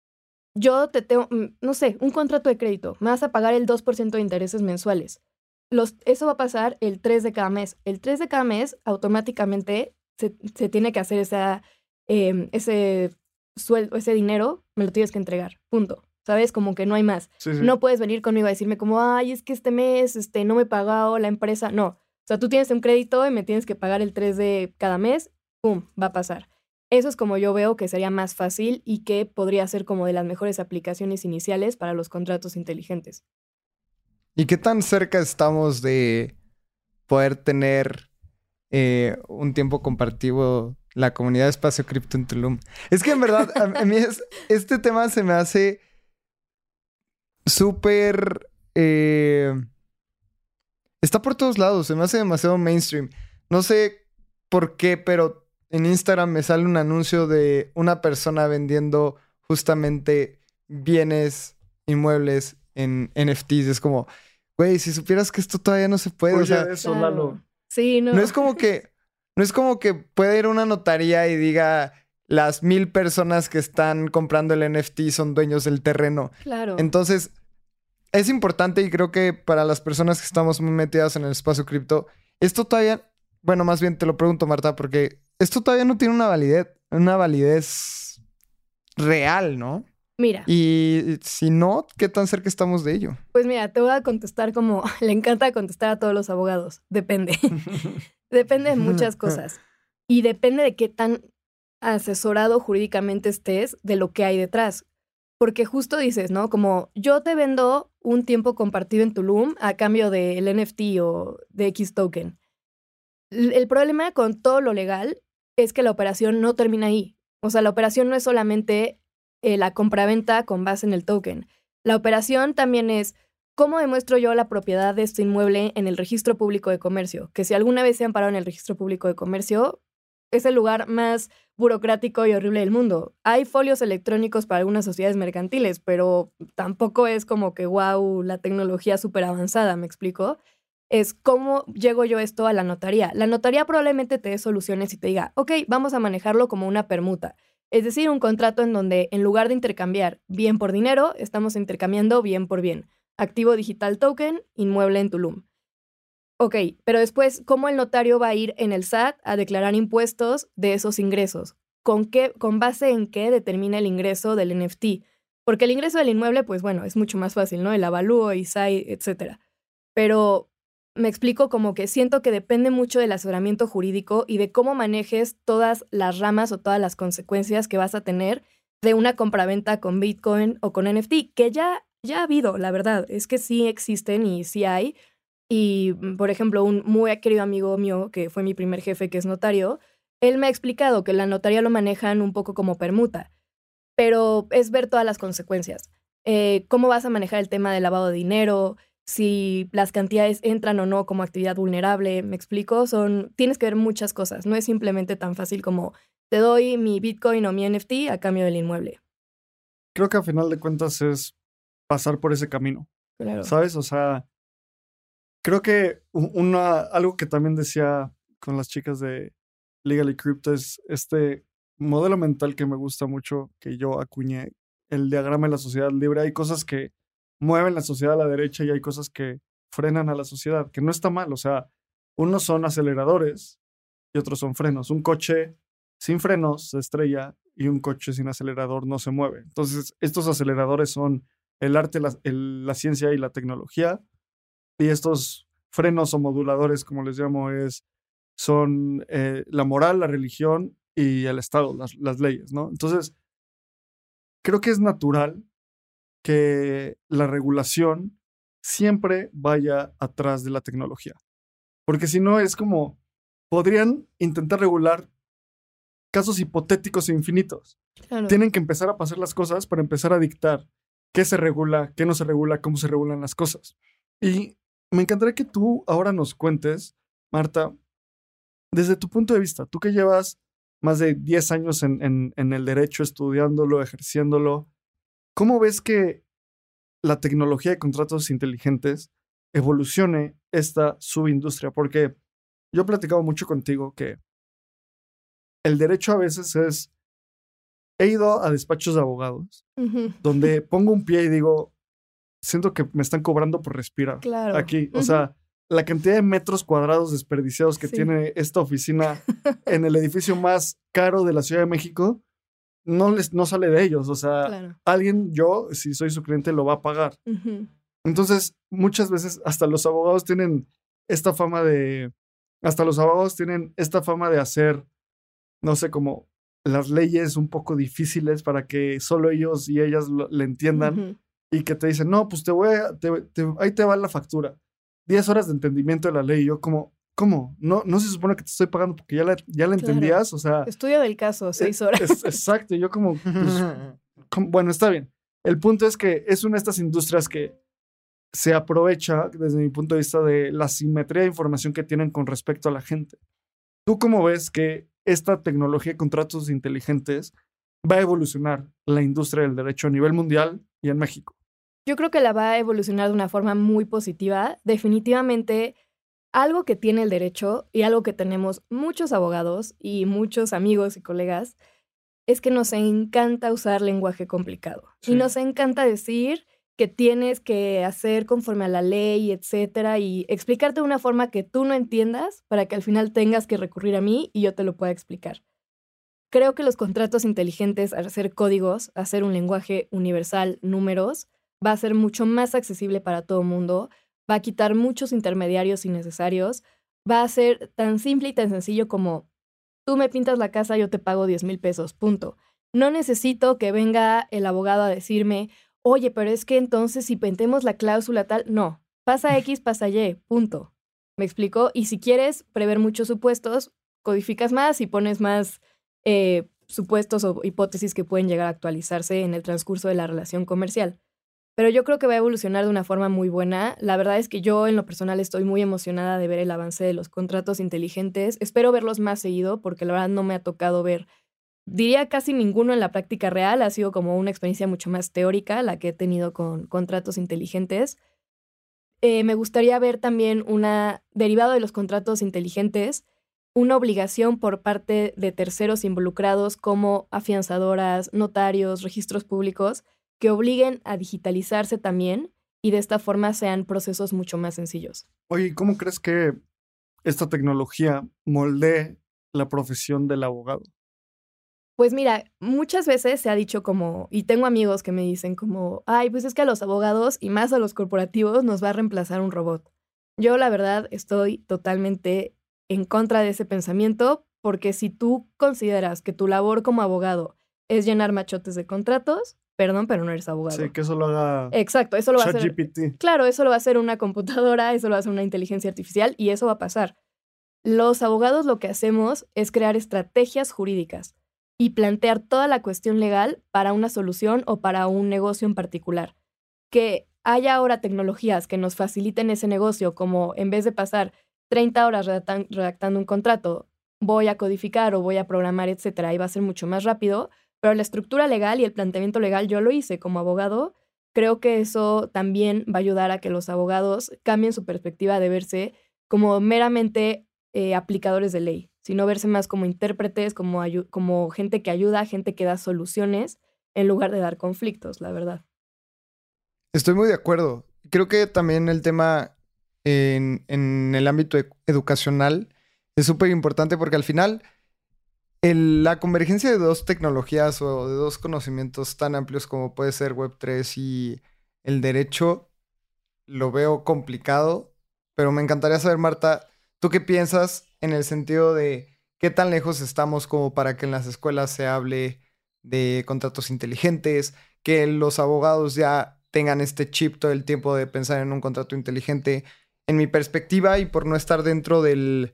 yo te tengo, no sé, un contrato de crédito, me vas a pagar el dos por ciento de intereses mensuales. Los, eso va a pasar el tres de cada mes. El tres de cada mes automáticamente se, se tiene que hacer esa, eh, ese sueldo, ese dinero, me lo tienes que entregar, punto. ¿Sabes? Como que no hay más.
Sí, sí.
No puedes venir conmigo a decirme como, ay, es que este mes este, no me he pagado la empresa. No. O sea, tú tienes un crédito y me tienes que pagar el tres de cada mes. ¡Pum! Va a pasar. Eso es como yo veo que sería más fácil y que podría ser como de las mejores aplicaciones iniciales para los contratos inteligentes.
¿Y qué tan cerca estamos de poder tener eh, un tiempo compartido la comunidad de Espacio Cripto en Tulum? Es que en verdad, a, a mí es, este tema se me hace súper... Eh, está por todos lados. Se me hace demasiado mainstream. No sé por qué, pero en Instagram me sale un anuncio de una persona vendiendo justamente bienes inmuebles en N F Ts. Es como, güey, si supieras que esto todavía no se puede.
Oye,
o sea,
eso,
Claro.
Lalo.
Sí, no.
no es como que... No es como que pueda ir a una notaría y diga las mil personas que están comprando el N F T son dueños del terreno.
Claro.
Entonces, es importante y creo que para las personas que estamos muy metidas en el espacio cripto, esto todavía, bueno, más bien te lo pregunto, Marta, porque esto todavía no tiene una validez, una validez real, ¿no?
Mira.
Y si no, ¿qué tan cerca estamos de ello?
Pues mira, te voy a contestar como le encanta contestar a todos los abogados. Depende. Depende de muchas cosas. Y depende de qué tan asesorado jurídicamente estés de lo que hay detrás. Porque justo dices, ¿no? Como yo te vendo un tiempo compartido en Tulum a cambio del N F T o de X token. El problema con todo lo legal es que la operación no termina ahí. O sea, la operación no es solamente eh, la compraventa con base en el token. La operación también es cómo demuestro yo la propiedad de este inmueble en el registro público de comercio. Que si alguna vez se han parado en el registro público de comercio, es el lugar más burocrático y horrible del mundo. Hay folios electrónicos para algunas sociedades mercantiles, pero tampoco es como que, wow, la tecnología súper avanzada, ¿me explico? Es cómo llego yo esto a la notaría. La notaría probablemente te dé soluciones y te diga, ok, vamos a manejarlo como una permuta. Es decir, un contrato en donde en lugar de intercambiar bien por dinero, estamos intercambiando bien por bien. activo digital token, inmueble en Tulum. Ok, pero después, ¿cómo el notario va a ir en el S A T a declarar impuestos de esos ingresos? ¿Con qué, con base en qué determina el ingreso del N F T? Porque el ingreso del inmueble, pues bueno, es mucho más fácil, ¿no? El avalúo, I S A I, etcétera. Pero me explico como que siento que depende mucho del asesoramiento jurídico y de cómo manejes todas las ramas o todas las consecuencias que vas a tener de una compraventa con Bitcoin o con N F T, que ya, ya ha habido, la verdad. Es que sí existen y sí hay. Y, por ejemplo, un muy querido amigo mío, que fue mi primer jefe, que es notario, él me ha explicado que la notaría lo manejan un poco como permuta, pero es ver todas las consecuencias. Eh, ¿Cómo vas a manejar el tema del lavado de dinero? Si las cantidades entran o no como actividad vulnerable, ¿me explico? Son, tienes que ver muchas cosas. No es simplemente tan fácil como te doy mi Bitcoin o mi N F T a cambio del inmueble.
Creo que a final de cuentas es pasar por ese camino,
Claro.
¿sabes? O sea, creo que una, algo que también decía con las chicas de Legally Crypto es este modelo mental que me gusta mucho, que yo acuñé, el diagrama de la sociedad libre. Hay cosas que mueven la sociedad a la derecha y hay cosas que frenan a la sociedad, que no está mal. O sea, unos son aceleradores y otros son frenos. Un coche sin frenos se estrella y un coche sin acelerador no se mueve. Entonces, estos aceleradores son el arte, la, el, la ciencia y la tecnología. Y estos frenos o moduladores, como les llamo, es, son eh, la moral, la religión y el Estado, las, las leyes, ¿no? Entonces, creo que es natural que la regulación siempre vaya atrás de la tecnología. Porque si no, es como, podrían intentar regular casos hipotéticos e infinitos.
Claro.
Tienen que empezar a pasar las cosas para empezar a dictar qué se regula, qué no se regula, cómo se regulan las cosas. Y me encantaría que tú ahora nos cuentes, Marta, desde tu punto de vista, tú que llevas más de diez años en, en, en el derecho, estudiándolo, ejerciéndolo, ¿cómo ves que la tecnología de contratos inteligentes evolucione esta subindustria? Porque yo he platicado mucho contigo que el derecho a veces es... He ido a despachos de abogados
Uh-huh.
donde pongo un pie y digo, siento que me están cobrando por respirar.
Claro.
Aquí, o
Uh-huh.
sea, la cantidad de metros cuadrados desperdiciados que
Sí.
tiene esta oficina en el edificio más caro de la Ciudad de México, no, les, no sale de ellos. O sea,
Claro.
alguien, yo, si soy su cliente, lo va a pagar.
Uh-huh.
Entonces, muchas veces hasta los abogados tienen esta fama de... Hasta los abogados tienen esta fama de hacer, no sé, como las leyes un poco difíciles para que solo ellos y ellas lo, le entiendan.
Uh-huh.
Y que te dicen, no, pues te voy a, te, te, ahí te va la factura. diez horas de entendimiento de la ley. Y yo como, ¿cómo? No, no se supone que te estoy pagando porque ya la, ya la
Claro.
entendías. O sea...
Estudio del caso, seis horas.
Es, exacto. Yo como, pues, como, bueno, está bien. El punto es que es una de estas industrias que se aprovecha, desde mi punto de vista, de la simetría de información que tienen con respecto a la gente. ¿Tú cómo ves que esta tecnología de contratos inteligentes va a evolucionar la industria del derecho a nivel mundial y en México?
Yo creo que la va a evolucionar de una forma muy positiva. Definitivamente, algo que tiene el derecho y algo que tenemos muchos abogados y muchos amigos y colegas es que nos encanta usar lenguaje complicado.
Sí.
Y nos encanta decir que tienes que hacer conforme a la ley, etcétera, y explicarte de una forma que tú no entiendas para que al final tengas que recurrir a mí y yo te lo pueda explicar. Creo que los contratos inteligentes, al hacer códigos, hacer un lenguaje universal, números, va a ser mucho más accesible para todo el mundo, va a quitar muchos intermediarios innecesarios, va a ser tan simple y tan sencillo como tú me pintas la casa, yo te pago diez mil pesos, punto. No necesito que venga el abogado a decirme, oye, pero es que entonces si pentemos la cláusula tal, no, pasa X, pasa Y, punto. ¿Me explico? Y si quieres prever muchos supuestos, codificas más y pones más eh, supuestos o hipótesis que pueden llegar a actualizarse en el transcurso de la relación comercial. Pero yo creo que va a evolucionar de una forma muy buena. La verdad es que yo en lo personal estoy muy emocionada de ver el avance de los contratos inteligentes. Espero verlos más seguido porque la verdad no me ha tocado ver, diría casi ninguno en la práctica real. Ha sido como una experiencia mucho más teórica la que he tenido con contratos inteligentes. Eh, me gustaría ver también una, derivado de los contratos inteligentes, una obligación por parte de terceros involucrados como afianzadoras, notarios, registros públicos, que obliguen a digitalizarse también y de esta forma sean procesos mucho más sencillos.
Oye, ¿cómo crees que esta tecnología moldee la profesión del abogado?
Pues mira, muchas veces se ha dicho como, y tengo amigos que me dicen como, ay, pues es que a los abogados y más a los corporativos nos va a reemplazar un robot. Yo la verdad estoy totalmente en contra de ese pensamiento, porque si tú consideras que tu labor como abogado es llenar machotes de contratos, perdón, pero no eres abogado.
Sí, que eso lo haga
Exacto, eso lo va a hacer.
ChatGPT.
Claro, eso lo va a hacer una computadora, eso lo va a hacer una inteligencia artificial y eso va a pasar. Los abogados lo que hacemos es crear estrategias jurídicas y plantear toda la cuestión legal para una solución o para un negocio en particular. Que haya ahora tecnologías que nos faciliten ese negocio, como en vez de pasar treinta horas redactan- redactando un contrato, voy a codificar o voy a programar, etcétera, y va a ser mucho más rápido, pero la estructura legal y el planteamiento legal yo lo hice como abogado. Creo que eso también va a ayudar a que los abogados cambien su perspectiva de verse como meramente eh, aplicadores de ley, sino verse más como intérpretes, como, ayu- como gente que ayuda, gente que da soluciones, en lugar de dar conflictos, la verdad.
Estoy muy de acuerdo. Creo que también el tema en, en el ámbito e- educacional es súper importante porque al final el- la convergencia de dos tecnologías o de dos conocimientos tan amplios como puede ser web tres y el derecho, lo veo complicado, pero me encantaría saber, Marta, ¿tú qué piensas en el sentido de qué tan lejos estamos como para que en las escuelas se hable de contratos inteligentes, que los abogados ya tengan este chip todo el tiempo de pensar en un contrato inteligente? En mi perspectiva y por no estar dentro del,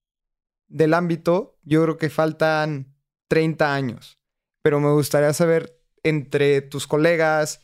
del ámbito, yo creo que faltan treinta años, pero me gustaría saber entre tus colegas,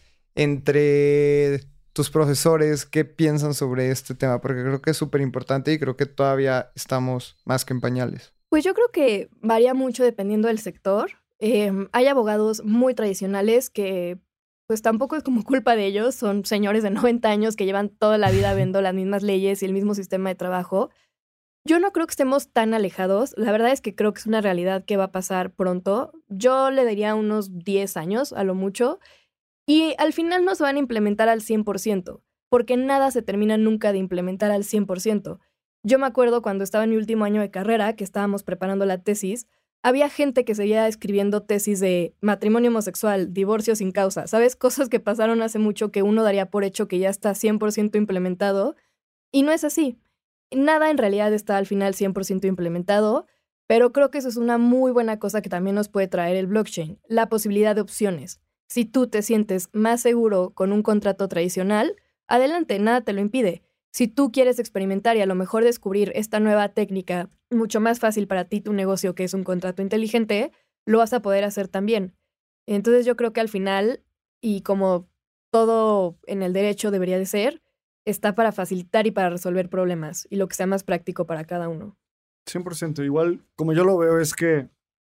entre tus profesores, qué piensan sobre este tema, porque creo que es súper importante y creo que todavía estamos más que en pañales.
Pues yo creo que varía mucho dependiendo del sector. Eh, hay abogados muy tradicionales que pues tampoco es como culpa de ellos, son señores de noventa años que llevan toda la vida viendo las mismas leyes y el mismo sistema de trabajo. Yo no creo que estemos tan alejados, la verdad es que creo que es una realidad que va a pasar pronto. Yo le daría unos diez años a lo mucho y al final no se van a implementar al cien por ciento, porque nada se termina nunca de implementar al cien por ciento. Yo me acuerdo cuando estaba en mi último año de carrera, que estábamos preparando la tesis, había gente que seguía escribiendo tesis de matrimonio homosexual, divorcio sin causa, ¿sabes? Cosas que pasaron hace mucho que uno daría por hecho que ya está cien por ciento implementado, y no es así. Nada en realidad está al final cien por ciento implementado, pero creo que eso es una muy buena cosa que también nos puede traer el blockchain, la posibilidad de opciones. Si tú te sientes más seguro con un contrato tradicional, adelante, nada te lo impide. Si tú quieres experimentar y a lo mejor descubrir esta nueva técnica mucho más fácil para ti, tu negocio, que es un contrato inteligente, lo vas a poder hacer también. Entonces yo creo que al final, y como todo en el derecho debería de ser, está para facilitar y para resolver problemas y lo que sea más práctico para cada uno.
cien por ciento. Igual, como yo lo veo, es que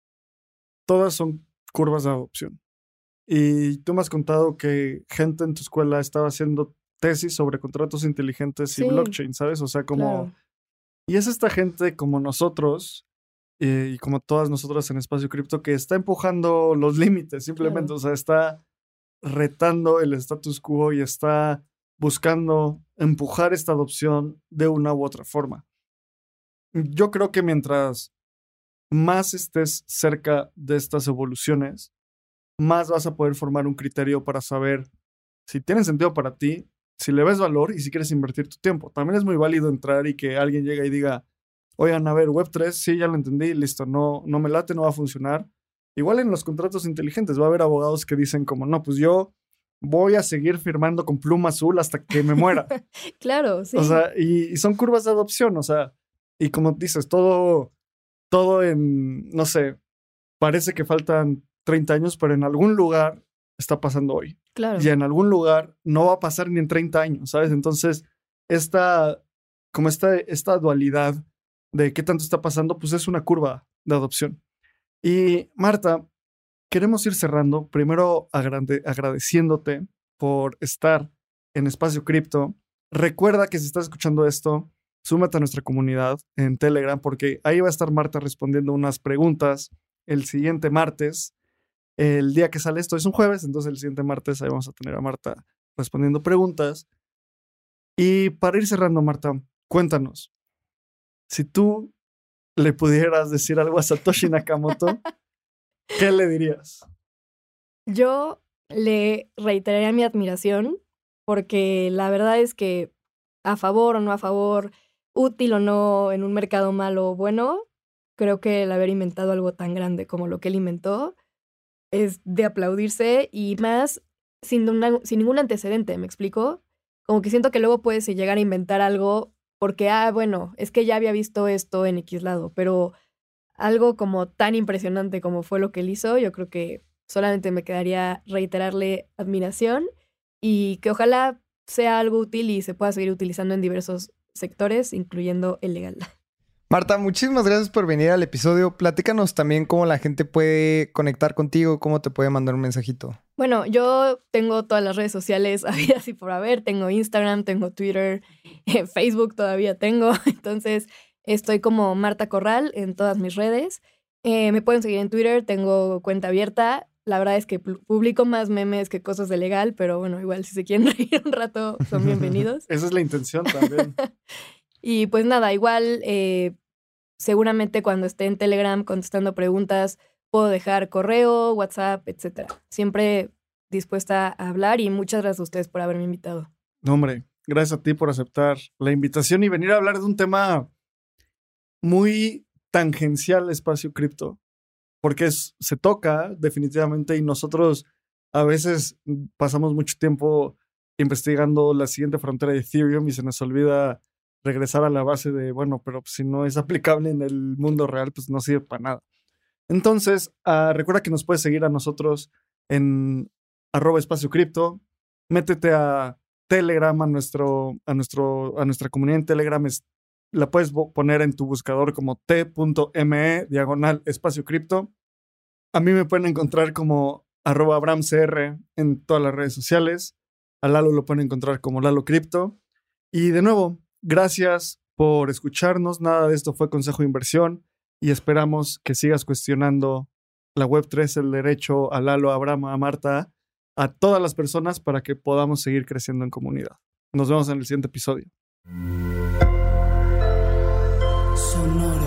todas son curvas de adopción. Y tú me has contado que gente en tu escuela estaba haciendo tesis sobre contratos inteligentes
Sí,
y blockchain, ¿sabes? O sea, como...
claro.
Y es esta gente como nosotros eh, y como todas nosotras en Espacio Cripto que está empujando los límites, simplemente.
Claro.
O sea, está retando el status quo y está buscando empujar esta adopción de una u otra forma. Yo creo que mientras más estés cerca de estas evoluciones, más vas a poder formar un criterio para saber si tiene sentido para ti, si le ves valor y si quieres invertir tu tiempo. También es muy válido entrar y que alguien llegue y diga, oigan, a ver, web tres, sí, ya lo entendí, listo, no, no me late, no va a funcionar. Igual en los contratos inteligentes va a haber abogados que dicen como, no, pues yo voy a seguir firmando con pluma azul hasta que me muera.
Claro, sí.
O sea, y, y son curvas de adopción, o sea, y como dices, todo, todo en, no sé, parece que faltan treinta años, pero en algún lugar está pasando hoy.
Claro.
Y en algún lugar no va a pasar ni en treinta años, ¿sabes? Entonces, esta, como esta, esta dualidad de qué tanto está pasando, pues es una curva de adopción. Y Marta, queremos ir cerrando, primero agrade- agradeciéndote por estar en Espacio Cripto. Recuerda que si estás escuchando esto, súmate a nuestra comunidad en Telegram, porque ahí va a estar Marta respondiendo unas preguntas el siguiente martes. El día que sale esto es un jueves, entonces el siguiente martes ahí vamos a tener a Marta respondiendo preguntas. Y para ir cerrando, Marta, cuéntanos, si tú le pudieras decir algo a Satoshi Nakamoto, ¿qué le dirías?
Yo le reiteraría mi admiración porque la verdad es que a favor o no a favor, útil o no en un mercado malo o bueno, creo que el haber inventado algo tan grande como lo que él inventó es de aplaudirse y más sin, una, sin ningún antecedente, ¿me explico? Como que siento que luego puedes llegar a inventar algo porque, ah, bueno, es que ya había visto esto en X lado, pero algo como tan impresionante como fue lo que él hizo, yo creo que solamente me quedaría reiterarle admiración y que ojalá sea algo útil y se pueda seguir utilizando en diversos sectores, incluyendo el legal.
Marta, muchísimas gracias por venir al episodio. Platícanos también cómo la gente puede conectar contigo, cómo te puede mandar un mensajito.
Bueno, yo tengo todas las redes sociales habidas y por haber. Tengo Instagram, tengo Twitter, eh, Facebook todavía tengo. Entonces, estoy como Marta Corral en todas mis redes. Eh, me pueden seguir en Twitter, tengo cuenta abierta. La verdad es que publico más memes que cosas de legal, pero bueno, igual si se quieren reír un rato, son bienvenidos.
Esa es la intención también.
Y pues nada, igual eh, seguramente cuando esté en Telegram contestando preguntas, puedo dejar correo, WhatsApp, etcétera. Siempre dispuesta a hablar y muchas gracias a ustedes por haberme invitado.
No, hombre, gracias a ti por aceptar la invitación y venir a hablar de un tema muy tangencial, espacio cripto, porque es, se toca definitivamente y nosotros a veces pasamos mucho tiempo investigando la siguiente frontera de Ethereum y se nos olvida regresar a la base de, bueno, pero si no es aplicable en el mundo real, pues no sirve para nada. Entonces, uh, recuerda que nos puedes seguir a nosotros en arroba espacio cripto. Métete a Telegram, a, nuestro, a, nuestro, a nuestra comunidad en Telegram. Es, la puedes poner en tu buscador como t.me diagonal espacio cripto. A mí me pueden encontrar como arroba abramcr en todas las redes sociales. A Lalo lo pueden encontrar como Lalo Cripto. Y de nuevo, gracias por escucharnos. Nada de esto fue consejo de inversión y esperamos que sigas cuestionando la web tres, el derecho, a Lalo, a Abraham, a Marta, a todas las personas para que podamos seguir creciendo en comunidad. Nos vemos en el siguiente episodio.
Sonoro.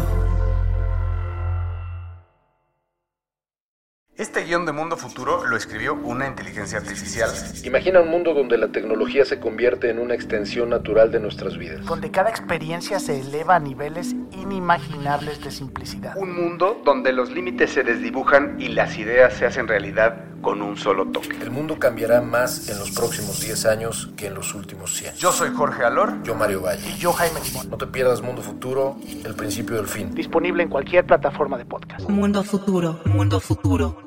Este guión de Mundo Futuro lo escribió una inteligencia artificial.
Imagina un mundo donde la tecnología se convierte en una extensión natural de nuestras vidas.
Donde cada experiencia se eleva a niveles inimaginables de simplicidad.
Un mundo donde los límites se desdibujan y las ideas se hacen realidad con un solo toque.
El mundo cambiará más en los próximos diez años que en los últimos cien.
Yo soy Jorge Alor.
Yo Mario Valle.
Y yo Jaime Limón.
No te pierdas Mundo Futuro, el principio del fin.
Disponible en cualquier plataforma de podcast.
Mundo Futuro. Mundo Futuro.